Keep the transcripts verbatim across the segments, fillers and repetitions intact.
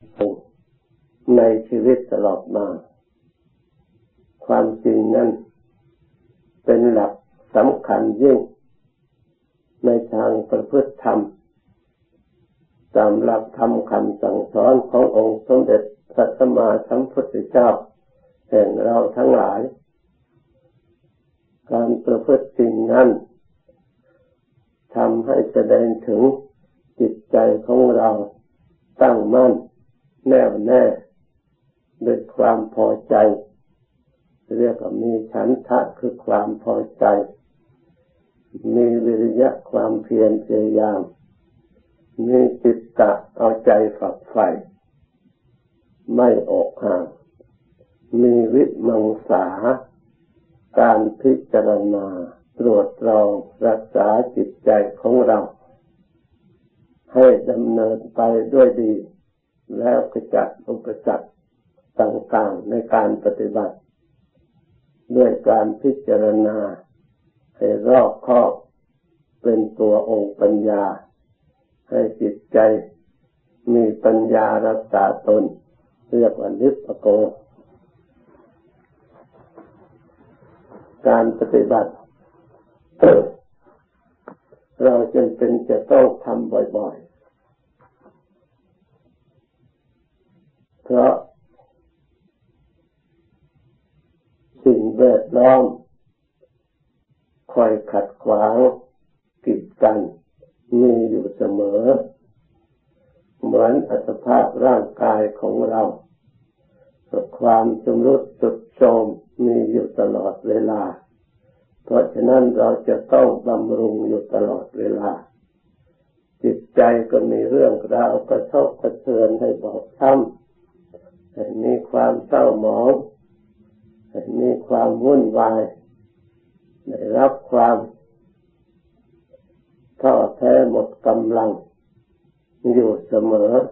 ในชีวิตตลอดมาความจริงนั้นเป็นหลักสำคัญยิ่งในทางประพฤติธรรมตามหลักธรรมคำสั่งสอนขององค์สมเด็จพระสัมมาสัมพุทธเจ้าแห่งเราทั้งหลายการประพฤติสิ่งนั้นทำให้แสดงถึงจิตใจของเราตั้งมั่นแน่วแน่ด้วยความพอใจเรียกว่ามีฉันทะคือความพอใจมีวิริยะความเพียรพยายามมีจิตตะเอาใจฝักใฝ่ไม่ออกห่างมีวิมังสาการพิจารณาตรวจตรองรักษาจิตใจของเราให้ดำเนินไปด้วยดีแล้วขจัดอุปสรรคต่างๆในการปฏิบัติด้วยการพิจารณาให้รอบคอบเป็นตัวองค์ปัญญาให้จิตใจมีปัญญารักษาตนเรียกว่านิพพโกการปฏิบัติ เราจำเป็นจะต้องทำบ่อยๆเพราะสิ่งแวดล้อมคอยขัดขวางกีดกันมีอยู่เสมอเหมือนอัตภาพร่างกายของเราความชำรุดทรุดโทรมมีอยู่ตลอดเวลาเพราะฉะนั้นเราจะต้องบำรุงอยู่ตลอดเวลาจิตใจก็มีเรื่องราวกระทบกระเทือนให้บอบช้ำให้มีความเศร้าหมองให้มีความวุ่นวายได้รับความท้อแท้หมดกำลังอยู่เสมอ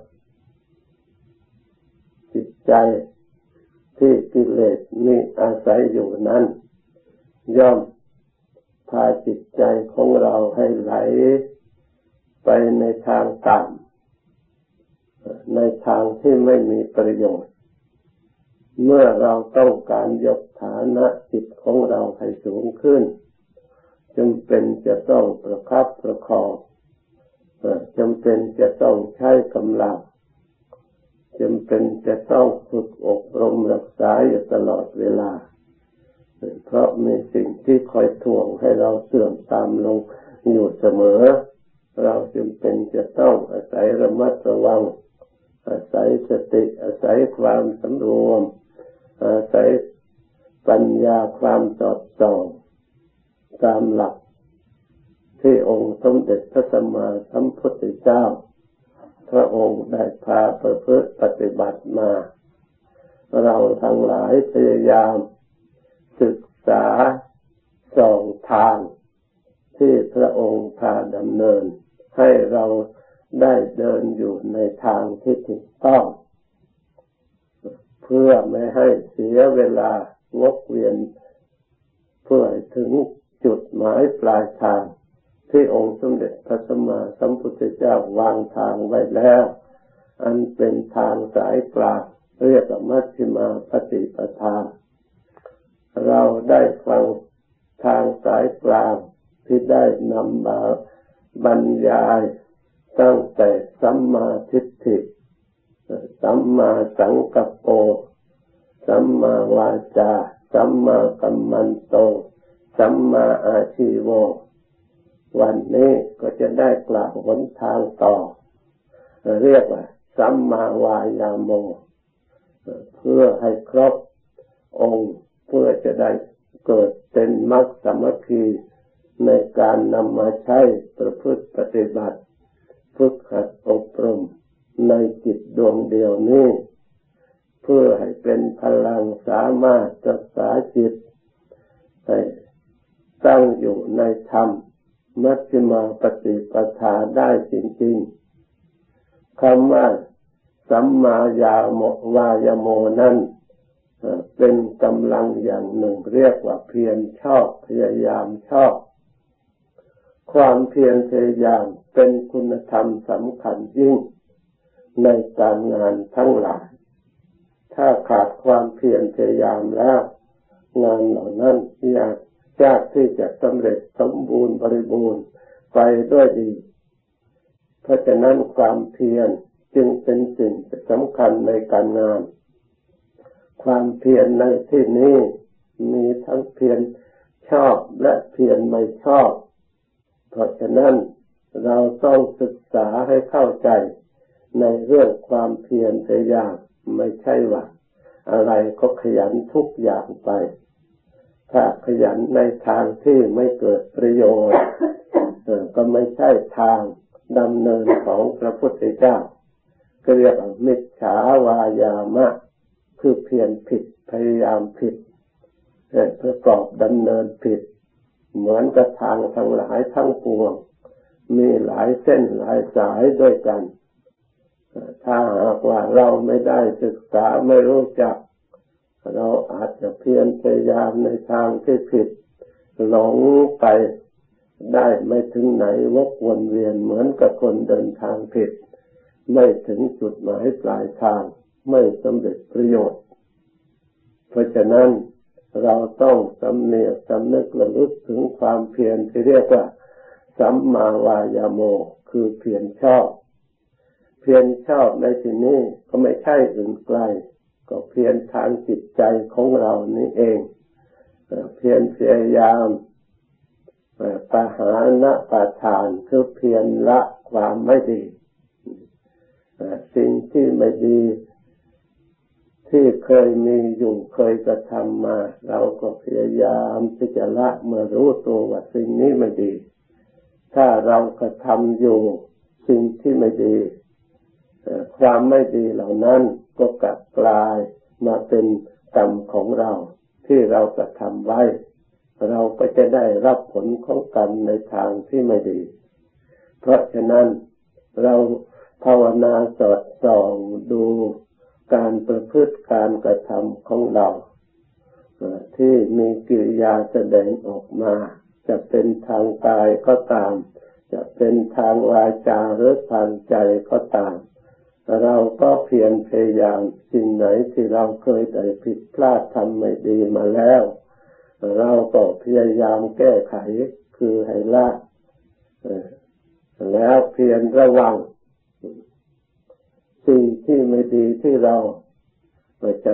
จิตใจที่กิเลสมีอาศัยอยู่นั้นย่อมพาจิตใจของเราให้ไหลไปในทางต่ำในทางที่ไม่มีประโยชน์เมื่อเราต้องการยกฐานะจิตของเราให้สูงขึ้นจำเป็นจะต้องประคับประคองจำเป็นจะต้องใช้กำลังจำเป็นจะต้องฝึกอบรมรักษาอยู่ตลอดเวลาเพราะมีสิ่งที่คอยถ่วงให้เราเสื่อมตามลงอยู่เสมอเราจำเป็นจะต้องอาศัยระมัดระวังอาศัยสติอาศัยความสำรวมอาศัยปัญญาความสอดส่องตามหลักที่องค์สมเด็จพระสัมมาสัมพุทธเจ้าพระองค์ได้พาประพฤติปฏิบัติมาเราทั้งหลายพยายามศึกษาส่องทางที่พระองค์พาดำเนินให้เราได้เดินอยู่ในทางที่ถูกต้องเพื่อไม่ให้เสียเวลางกเวียนเพื่อถึงจุดหมายปลายทางที่องค์สมเด็จพระสัมมาสัมพุทธเจ้าวางทางไว้แล้วอันเป็นทางสายกลางเรียกว่ามัชฌิมาปฏิปทาเราได้ฟังทางสายกลางที่ได้นำมาบรรยายตั้งแต่สัมมาทิฏฐิสัมมาสังกัปโปสัมมาวาจาสัมมากัมมันโตสัมมาอาชีโววันนี้ก็จะได้กล่าวหนทางต่อเรียกว่าสัมมาวายาโมเพื่อให้ครบองค์เพื่อจะได้เกิดเป็นมรรคสามัคคีในการนำมาใช้ประพฤติปฏิบัติฝึกหัดอบรมในจิตดวงเดียวนี้เพื่อให้เป็นพลังสามารถรักษาจิตให้ตั้งอยู่ในธรรมมัชฌิมาปฏิปทาได้จริงๆคำว่าสัมมายาโมวายโมนั้นเป็นกำลังอย่างหนึ่งเรียกว่าเพียรชอบพยายามชอบความเพียรพยายามเป็นคุณธรรมสำคัญยิ่งในการงานทั้งหลายถ้าขาดความเพียรพยายามแล้วงานเหล่านั้นยากยากที่จะสำเร็จสมบูรณ์บริบูรณ์ไปด้วยดีเพราะฉะนั้นความเพียรจึงเป็นสิ่งสำคัญในการงานความเพียรในที่นี้มีทั้งเพียรชอบและเพียรไม่ชอบเพราะฉะนั้นเราต้องศึกษาให้เข้าใจในเรื่องความเพียรพยายามไม่ใช่ว่าอะไรก็ขยันทุกอย่างไปถ้าขยันในทางที่ไม่เกิดประโยชน์ก็ไม่ใช่ทางดำเนินของพระพุทธเจ้าก็เรียกว่ามิจฉาวายามะคือเพียรผิดพยายามผิดประกอบดำเนินผิดเหมือนกับทางทั้งหลายทั้งปวงมีหลายเส้นหลายสายด้วยกันถ้าหากว่าเราไม่ได้ศึกษาไม่รู้จักเราอาจจะเพียรพยายามในทางที่ผิดหลงไปได้ไม่ถึงไหนวกวนเวียนเหมือนกับคนเดินทางผิดไม่ถึงจุดหมายปลายทางไม่สำเร็จประโยชน์เพราะฉะนั้นเราต้องสำเนียกสำนึกระลึกถึงความเพียรที่เรียกว่าสัมมาวายาโมคือเพียรชอบเพียรชอบในที่นี้ก็ไม่ใช่อื่นไกลก็เพียรทางจิตใจของเรานี่เองเพียรพยายามปหานะปะทานคือเพียรละความไม่ดีสิ่งที่ไม่ดีที่เคยมีอยู่เคยกระทำมาเราก็พยายามที่จะละเมื่อรู้ตัวว่าสิ่งนี้ไม่ดีถ้าเรากระทำอยู่สิ่งที่ไม่ดีความไม่ดีเหล่านั้นก็กลับกลายมาเป็นกรรมของเราที่เรากระทำไว้เราก็จะได้รับผลของกรรมในทางที่ไม่ดีเพราะฉะนั้นเราภาวนาสอดส่องดูการประพฤติการกระทำของเราที่มีกิริยาแสดงออกมาจะเป็นทางกายก็ตามจะเป็นทางวาจาหรือทางใจก็ตามเราก็เพียรพยายามสิ่งไหนที่เราเคยได้ผิดพลาดทำไม่ดีมาแล้วเราก็พยายามแก้ไขคือให้ละแล้วเพียรระวังสิ่งที่ไม่ดีที่เราจะ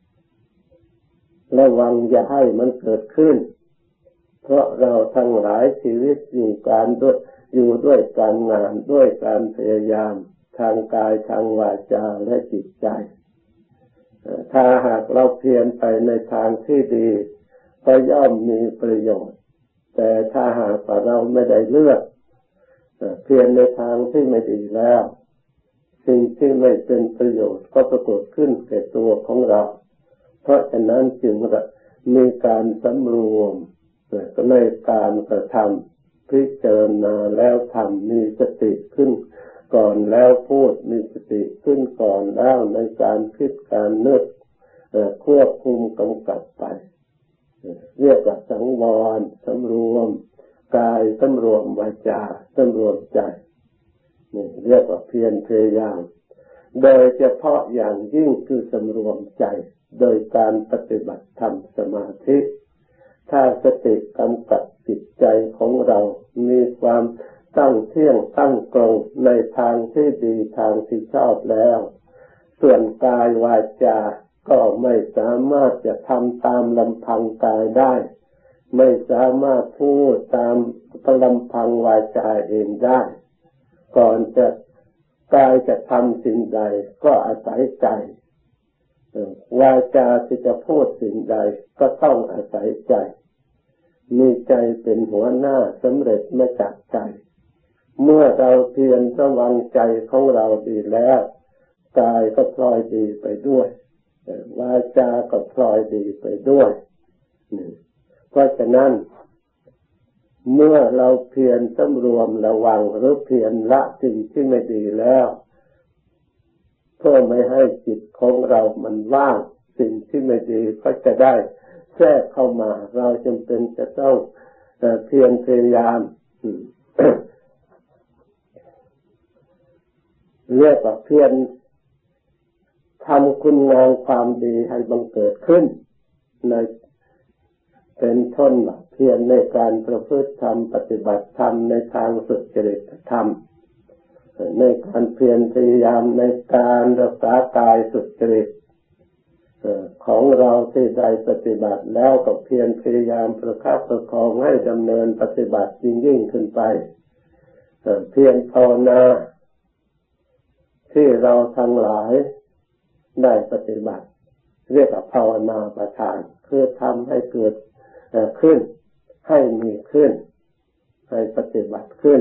ระวังอย่าให้มันเกิดขึ้นเพราะเราทั้งหลายชีวิตอยู่การด้วยอยู่ด้วยการงานด้วยการพยายามทางกายทางวาจาและจิตใจถ้าหากเราเพียรไปในทางที่ดีก็ย่อมมีประโยชน์แต่ถ้าหากว่าเราไม่ได้เลือกเพียรในทางที่ไม่ดีแล้วสิ่งที่ไม่เป็นประโยชน์ก็ปรากฏขึ้นแก่ตัวของเราเพราะฉะนั้นจึงมีการสำรวมในการกระทำพิจารณาแล้วทำมีสติขึ้นก่อนแล้วพูดมีสติขึ้นก่อนแล้วในการคิดการนึกควบคุมกำกับไปเรียกว่าสังวรสำรวมกายสำรวมวาจาสำรวมใจนี่เรียกว่าเพียรพยายามโดยเฉพาะอย่างยิ่งคือสำรวมใจโดยการปฏิบัติธรรมสมาธิถ้าสติกำกับจิตใจของเรามีความตั้งเที่ยงตั้งตรงในทางที่ดีทางที่ชอบแล้วส่วนกายวาจาก็ไม่สามารถจะทำตามลำพังกายได้ไม่สามารถพูดตามลำพังวาจาเองได้ก่อนจะกายจะทำสิ่งใดก็อาศัยใจวาจาที่จะพูดสิ่งใดก็ต้องอาศัยใจมีใจเป็นหัวหน้าสำเร็จมาจากใจเมื่อเราเพียรระวังใจของเราดีแล้วกายก็พลอยดีไปด้วยวาจาก็พลอยดีไปด้วยเพราะฉะนั้นเมื่อเราเพียรสำรวมระวังหรือเพียรละสิ่งที่ไม่ดีแล้วเพื่อไม่ให้จิตของเรามันว่างสิ่งที่ไม่ดีก็จะได้แทรกเข้ามาเราจำเป็นจะต้องเพียรพยายามเรียกว่าเพียรทำคุณงามความดีให้บังเกิดขึ้นในเป็นต้นเพียรในการประพฤติธรรมปฏิบัติธรรมในทางสุจริตธรรมในการเพียรพยายามในการรักษากายสุจริตของเราที่ได้ปฏิบัติแล้วก็เพียรพยายามประคับประคองให้ดำเนินปฏิบัติยิ่งยิ่งขึ้นไปเพียรภาวนาที่เราทั้งหลายได้ปฏิบัติเรียกว่าภาวนาประทานคือทำให้เกิดขึ้นให้มีขึ้นให้ปฏิบัติขึ้น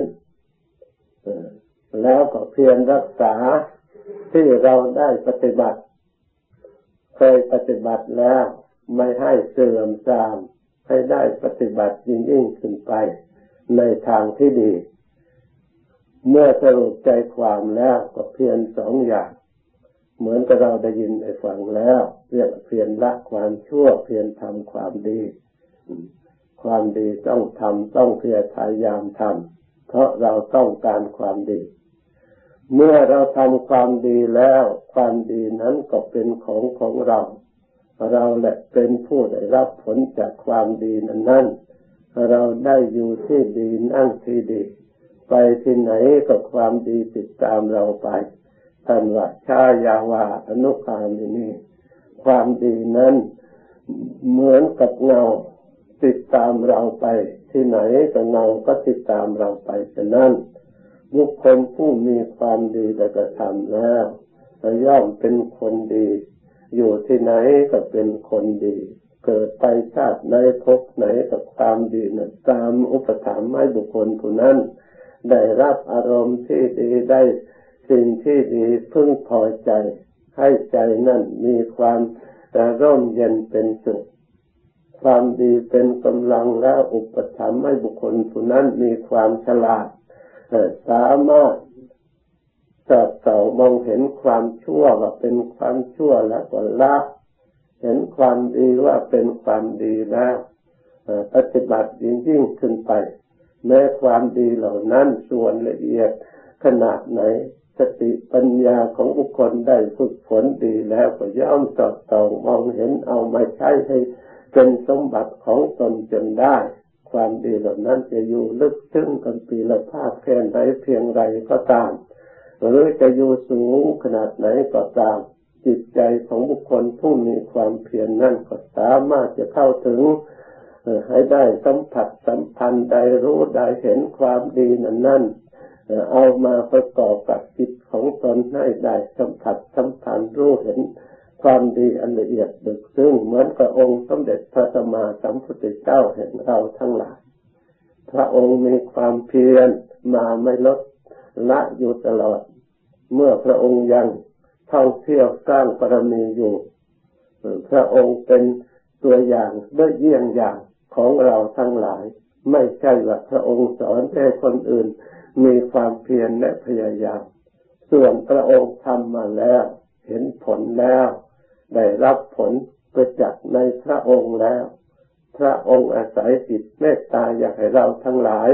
แล้วก็เพียรรักษาที่เราได้ปฏิบัติเคยปฏิบัติแล้วไม่ให้เสื่อมทรามให้ได้ปฏิบัติยิ่งยิ่งขึ้นไปในทางที่ดีเมื่อสรุปใจความแล้วก็เพียรสองอย่างเหมือนกับเราได้ยินได้ฟังแล้วเรียกเพียรละความชั่วเพียรทำความดีความดีต้องทำต้องเพียรพยายามทำเพราะเราต้องการความดีเมื่อเราทำความดีแล้วความดีนั้นก็เป็นของของเราเราแหละเป็นผู้ได้รับผลจากความดีนั้นๆเราได้อยู่ที่ดีนั่งที่ดีไปที่ไหนก็ความดีติดตามเราไปท่านว่าชายาวาอนุภามินีความดีนั้นเหมือนกับเงาติดตามเราไปที่ไหนก็เงาก็ติดตามเราไปฉะนั้นบุคคลผู้มีความดีได้กระทำแล้วย่อมเป็นคนดีอยู่ที่ไหนก็เป็นคนดีเกิดไปชาติไหนภพไหนกับความดีนั้นตามอุปถัมภ์ให้บุคคลผู้นั้นได้รับอารมณ์ที่ดีได้สิ่งที่ดีพึงพอใจให้ใจนั้นมีความร่มเย็นเป็นสุขความดีเป็นกำลังและอุปถัมภ์ให้บุคคลผู้นั้นมีความฉลาดสามารถสอดส่องมองเห็นความชั่วว่าเป็นความชั่วแล้วก็ละเห็นความดีว่าเป็นความดีแล้วปฏิบัติยิ่งยิ่งขึ้นไปแม้ความดีเหล่านั้นส่วนละเอียดขนาดไหนสติปัญญาของบุคคลได้ฝึกฝนดีแล้วก็ย่อมสอดส่องมองเห็นเอามาใช้ให้เป็นสมบัติของตนจนได้ความดีเหล่านั้นจะอยู่ลึกซึ้งกันปีละภาคแค่ไหนเพียงไรก็ตามหรือจะอยู่สูงขนาดไหนก็ตามจิตใจของบุคคลผู้มีความเพียรนั่นก็สามารถจะเข้าถึงให้ได้สัมผัสสัมพันธ์ได้รู้ได้เห็นความดีนั้นนั่นเอามาประกอบกับจิตของตนให้ได้สัมผัสสัมพันธ์รู้เห็นความดีอันละเอียดลึกซึ้งเหมือนกับองค์สมเด็จพระสัมมาสัมพุทธเจ้าแห่งเราทั้งหลายพระองค์มีความเพียรมาไม่ลดละอยู่ตลอดเมื่อพระองค์ยังท่องเที่ยวสร้างบารมีอยู่พระองค์เป็นตัวอย่างด้วยเยี่ยงอย่างของเราทั้งหลายไม่ใช่ว่าพระองค์สอนให้คนอื่นมีความเพียรและพยายามส่วนพระองค์ทำมาแล้วเห็นผลแล้วได้รับผลประจักษ์ในพระองค์แล้วพระองค์อาศัยจิตเมตตาอยากให้เราทั้งหลาย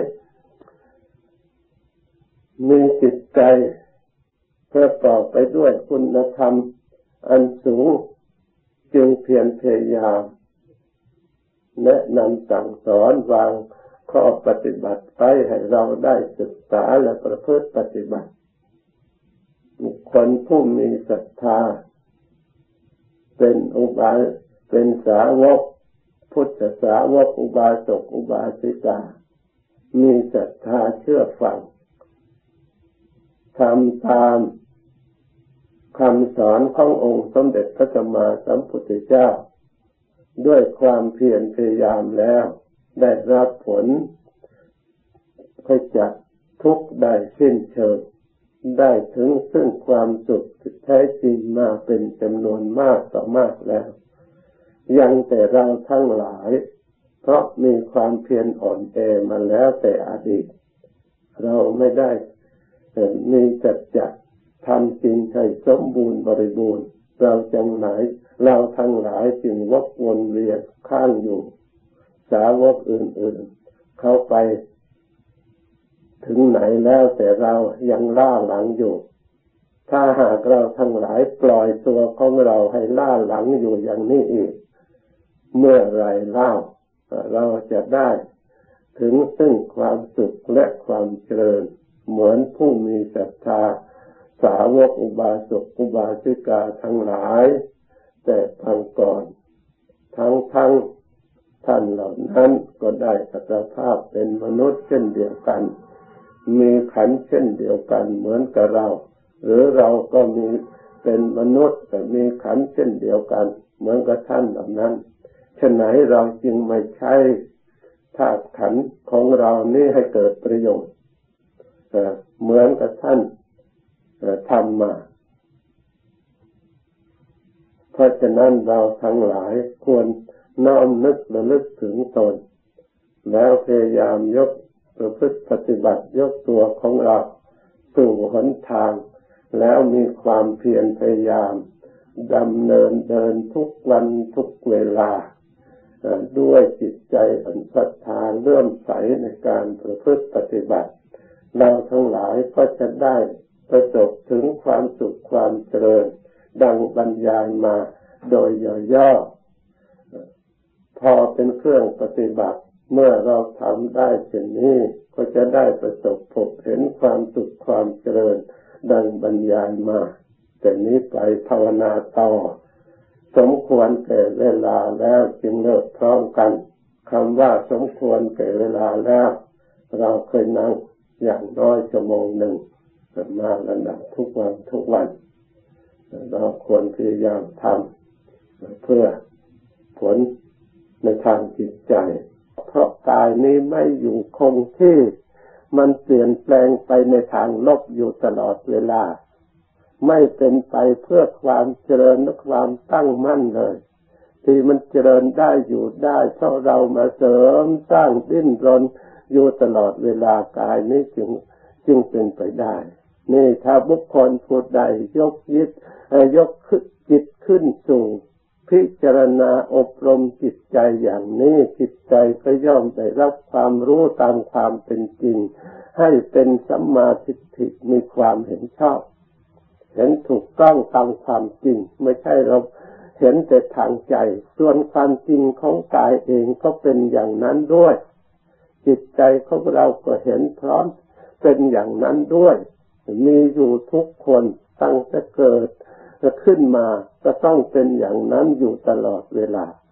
มีจิตใจประกอบไปด้วยคุณธรรมอันสูงจึงเพียรพยายามแนะนำสั่งสอนวางข้อปฏิบัติไปให้เราได้ศึกษาและประพฤติปฏิบัติบุคคลผู้มีศรัทธาเป็นอุบาสกเป็นสาวกพุทธสาวกอุบาสกอุบาสิกามีศรัทธาเชื่อฟังทำตามคำสอนขององค์สมเด็จพระสัมมาสัมพุทธเจ้าด้วยความเพียรพยายามแล้วได้รับผลขจัดทุกข์ได้สิ้นเชิงได้ถึงซึ่งความสุขที่แท้จริงมาเป็นจำนวนมากต่อมากแล้วยังแต่เราทั้งหลายเพราะมีความเพียรอ่อนแอมาแล้วแต่อดีตเราไม่ได้มีจัดจัดทำจริงให้สมบูรณ์บริบูรณ์เราจังหลายเราทั้งหลายจึงวกวนเวียนข้างอยู่สาวกอื่นๆเข้าไปถึงไหนแล้วแต่เรายังล่าหลังอยู่ถ้าหากเราทั้งหลายปล่อยตัวของเราให้ล่าหลังอยู่อย่างนี้อีกเมื่อไรเล่าเราจะได้ถึงซึ่งความสุขและความเจริญเหมือนผู้มีศรัทธาสาวกอุบาสกอุบาสิกาทั้งหลายแต่ทางก่อนทั้งทั้งท่านเหล่านั้นก็ได้อัตภาพเป็นมนุษย์เช่นเดียวกันมีขันธ์เช่นเดียวกันเหมือนกับเราหรือเราก็มีเป็นมนุษย์แต่มีขันธ์เช่นเดียวกันเหมือนกับท่านเหล่านั้นฉะนั้นเราจึงไม่ใช้ธาตุขันธ์ของเรานี่ให้เกิดประโยชน์เหมือนกับท่านทำมาเพราะฉะนั้นเราทั้งหลายควรน้อมนึกระลึกถึงตนแล้วพยายามยกประพฤติปฏิบัติยกตัวของเราสู่หนทางแล้วมีความเพียรพยายามดำเนินเดินทุกวันทุกเวลาด้วยจิตใจอันศรัทธาเลื่อมใสในการประพฤติปฏิบัติเราทั้งหลายก็จะได้ประสบถึงความสุขความเจริญดังบรรยายมาโดยย่อๆพอเป็นเครื่องปฏิบัติเมื่อเราทำได้เช่นนี้ก็จะได้ประสบพบเห็นความสุขความเจริญดังบรรยายมาแต่นี้ไปภาวนาต่อสมควรแก่เวลาแล้วจึงเลิกพร้อมกันคำว่าสมควรแก่เวลาแล้วเราเคยนั่งอย่างน้อยชั่วโมงหนึ่งมาระดับทุกวันทุกวันเราควรพยายามทำเพื่อผลในทางจิตใจเพราะกายนี้ไม่อยู่คงที่มันเปลี่ยนแปลงไปในทางลบอยู่ตลอดเวลาไม่เป็นไปเพื่อความเจริญและความตั้งมั่นเลยที่มันเจริญได้อยู่ได้เพราะเรามาเสริมสร้างดิ้นรนอยู่ตลอดเวลากายนี้จึงจึงเป็นไปได้นี่ถ้าบุคคลผู้ใดยกยึดยกจิตขึ้นสู่พิจารณาอบรมจิตใจอย่างนี้จิตใจก็ย่อมได้รับความรู้ตามความเป็นจริงให้เป็นสัมมาทิฏฐิมีความเห็นชอบเห็นถูกต้องตามความจริงไม่ใช่เราเห็นแต่ทางใจส่วนความจริงของกายเองก็เป็นอย่างนั้นด้วยจิตใจของเราก็เห็นพร้อมเป็นอย่างนั้นด้วยมีอยู่ทุกคนตั้งแต่เกิดขึ้นมาก็ต้องเป็นอย่างนั้นอยู่ตลอดเวลา